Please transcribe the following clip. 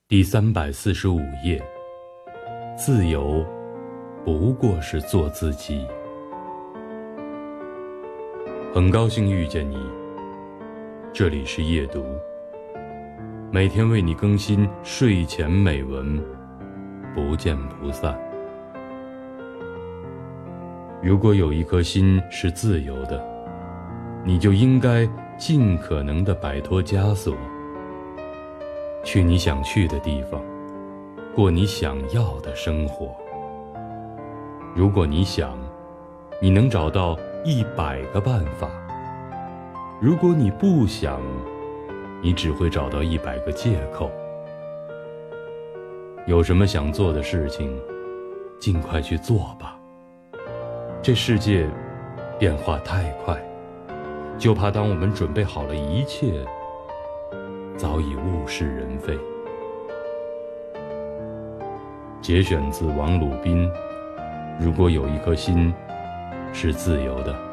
第345页，自由不过是做自己。很高兴遇见你，这里是夜读，每天为你更新睡前美文，不见不散。如果有一颗心是自由的，你就应该尽可能地摆脱枷锁，去你想去的地方，过你想要的生活。如果你想，你能找到100个办法；如果你不想，你只会找到100个借口。有什么想做的事情，尽快去做吧。这世界变化太快，就怕当我们准备好了一切，早已物是人非。节选自王鲁宾。如果有一颗心是自由的。